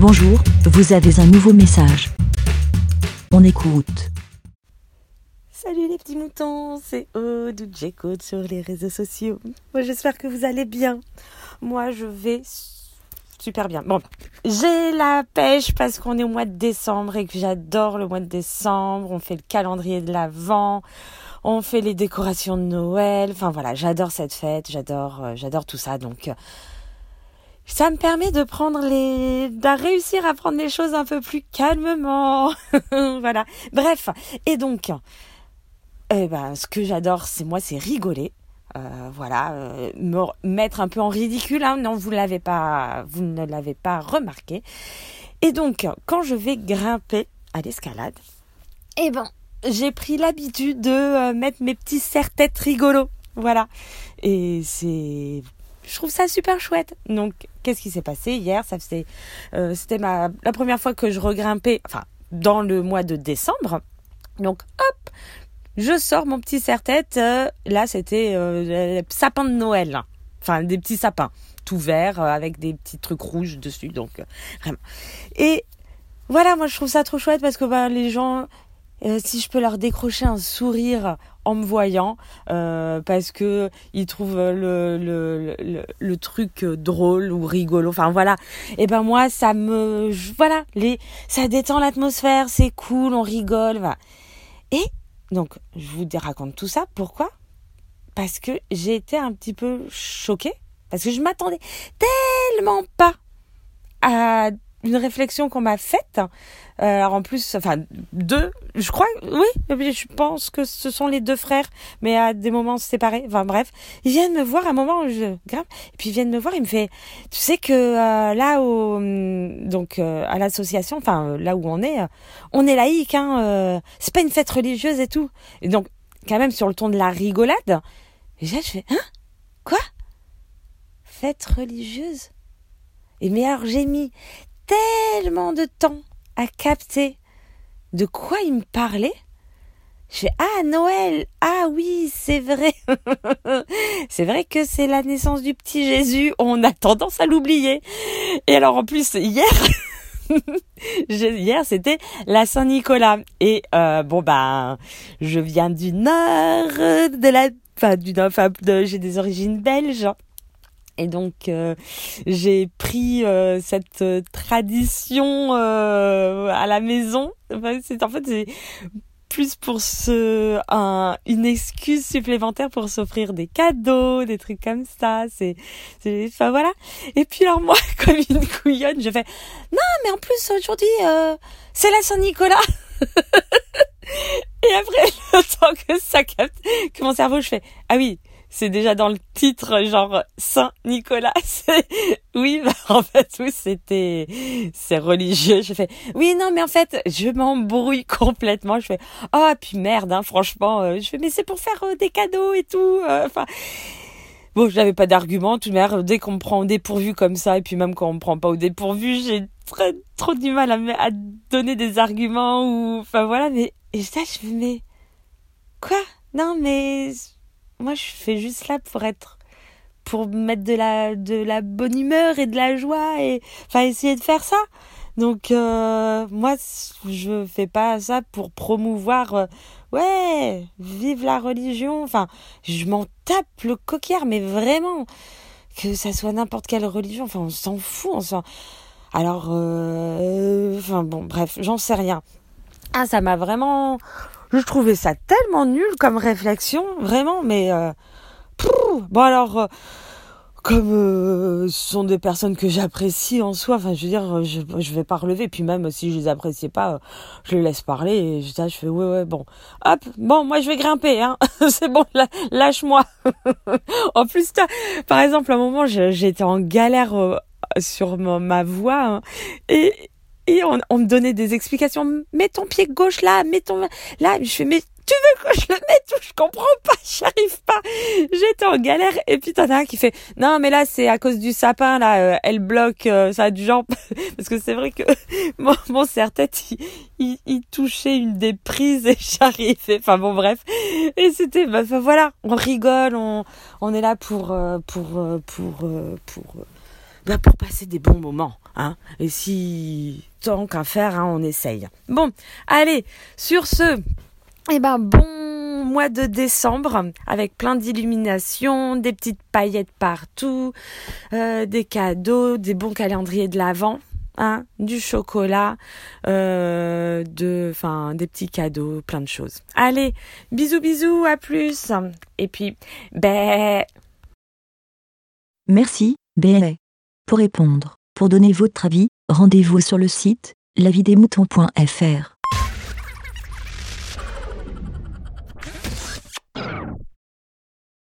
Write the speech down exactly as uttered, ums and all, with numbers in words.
Bonjour, vous avez un nouveau message. On écoute. Salut les petits moutons, c'est Aude ou J-Code sur les réseaux sociaux. Moi j'espère que vous allez bien. Moi je vais super bien. Bon, j'ai la pêche parce qu'on est au mois de décembre et que j'adore le mois de décembre. On fait le calendrier de l'Avent, on fait les décorations de Noël. Enfin voilà, j'adore cette fête, j'adore, euh, j'adore tout ça. Donc euh, ça me permet de prendre les, de réussir à prendre les choses un peu plus calmement. Voilà. Bref. Et donc, eh ben, ce que j'adore, c'est moi, c'est rigoler. Euh, voilà, euh, me mettre un peu en ridicule. Hein. Non, vous l'avez pas, vous ne l'avez pas remarqué. Et donc, quand je vais grimper à l'escalade, eh ben, j'ai pris l'habitude de euh, mettre mes petits serre-têtes rigolos. Voilà. Et c'est, je trouve ça super chouette. Donc, qu'est-ce qui s'est passé hier? Ça faisait, euh, c'était ma la première fois que je regrimpais, enfin, dans le mois de décembre. Donc, hop, je sors mon petit serre-tête. Euh, là, c'était euh, le sapin de Noël. Hein. Enfin, des petits sapins, tout verts, euh, avec des petits trucs rouges dessus. Donc, euh, vraiment. Et voilà, moi, je trouve ça trop chouette parce que bah, les gens, euh, si je peux leur décrocher un sourire en me voyant, euh, parce que ils trouvent le, le, le, le truc drôle ou rigolo. Enfin, voilà. Et ben moi, ça me... Je, voilà, les, ça détend l'atmosphère, c'est cool, on rigole. Voilà. Et donc, je vous raconte tout ça. Pourquoi ? Parce que j'ai été un petit peu choquée. Parce que je m'attendais tellement pas à une réflexion qu'on m'a faite. Euh, alors en plus, enfin, deux, je crois, oui, je pense que ce sont les deux frères, mais à des moments séparés. Enfin bref, ils viennent me voir à un moment où je grimpe, et puis ils viennent me voir, ils me font, tu sais que euh, là, au, donc euh, à l'association, enfin euh, là où on est, euh, on est laïque, hein, euh, c'est pas une fête religieuse et tout. Et donc quand même sur le ton de la rigolade, et là je fais, hein, quoi, fête religieuse? Et mais alors j'ai mis tellement de temps à capter de quoi il me parlait. Je fais, ah, Noël, ah oui, c'est vrai. C'est vrai que c'est la naissance du petit Jésus, on a tendance à l'oublier. Et alors en plus, hier, hier c'était la Saint-Nicolas. Et euh, bon ben, je viens du nord de la, enfin du nord, enfin de, j'ai des origines belges. Et donc euh, j'ai pris euh, cette euh, tradition euh, à la maison. Enfin, c'est en fait c'est plus pour se un, une excuse supplémentaire pour s'offrir des cadeaux, des trucs comme ça. C'est, c'est enfin voilà. Et puis alors moi comme une couillonne, je fais non mais en plus aujourd'hui euh, c'est la Saint-Nicolas. Et après le temps que ça capte, que mon cerveau je fais ah oui. C'est déjà dans le titre, genre Saint-Nicolas. C'est... Oui, bah en fait, oui, c'était, c'est religieux. Je fais, oui, non, mais en fait, je m'embrouille complètement. Je fais, oh, puis merde, hein, franchement. Euh, je fais, mais c'est pour faire euh, des cadeaux et tout. Enfin, euh, bon, je n'avais pas d'argument. Tout de même, dès qu'on me prend au dépourvu comme ça, et puis même quand on me prend pas au dépourvu, j'ai très trop du mal à, à donner des arguments ou, enfin voilà. Mais et ça, je fais, mais quoi ? Non, mais moi, je fais juste là pour être, pour mettre de la, de la bonne humeur et de la joie et, enfin, essayer de faire ça. Donc, euh, moi, je fais pas ça pour promouvoir, euh, ouais, vive la religion. Enfin, je m'en tape le coquillard, mais vraiment, que ça soit n'importe quelle religion. Enfin, on s'en fout, on s'en, alors, euh, enfin, bon, bref, j'en sais rien. Ah, ça m'a vraiment, je trouvais ça tellement nul comme réflexion, vraiment, mais euh, pff, bon alors, euh, comme euh, ce sont des personnes que j'apprécie en soi, enfin je veux dire, je, je vais pas relever, puis même si je les appréciais pas, euh, je les laisse parler, et je, je fais ouais ouais bon, hop, bon moi je vais grimper, hein, c'est bon, lâche-moi. En plus, par exemple, à un moment j'étais en galère euh, sur ma, ma voix, hein, et Et on, on me donnait des explications. Mets ton pied gauche là, mets ton... Là, je fais, mais tu veux que je le mette où? Je comprends pas, j'arrive pas. J'étais en galère. Et puis t'en as un qui fait, non, mais là, c'est à cause du sapin, là, euh, elle bloque, euh, ça a du genre... Parce que c'est vrai que mon, mon serre-tête, il, il, il touchait une des prises et j'arrivais. Enfin bon, bref. Et c'était, bah, voilà, on rigole, on, on est là pour, euh, pour, euh, pour, euh, pour, euh, bah pour passer des bons moments, hein. Et si tant qu'à faire, hein, on essaye. Bon, allez, sur ce, eh ben bon mois de décembre avec plein d'illuminations, des petites paillettes partout, euh, des cadeaux, des bons calendriers de l'Avent. Hein, du chocolat, euh, de, enfin, des petits cadeaux, plein de choses. Allez, bisous bisous, à plus. Et puis, ben. Merci, B L A. Pour répondre, pour donner votre avis, rendez-vous sur le site la vie des moutons point f r.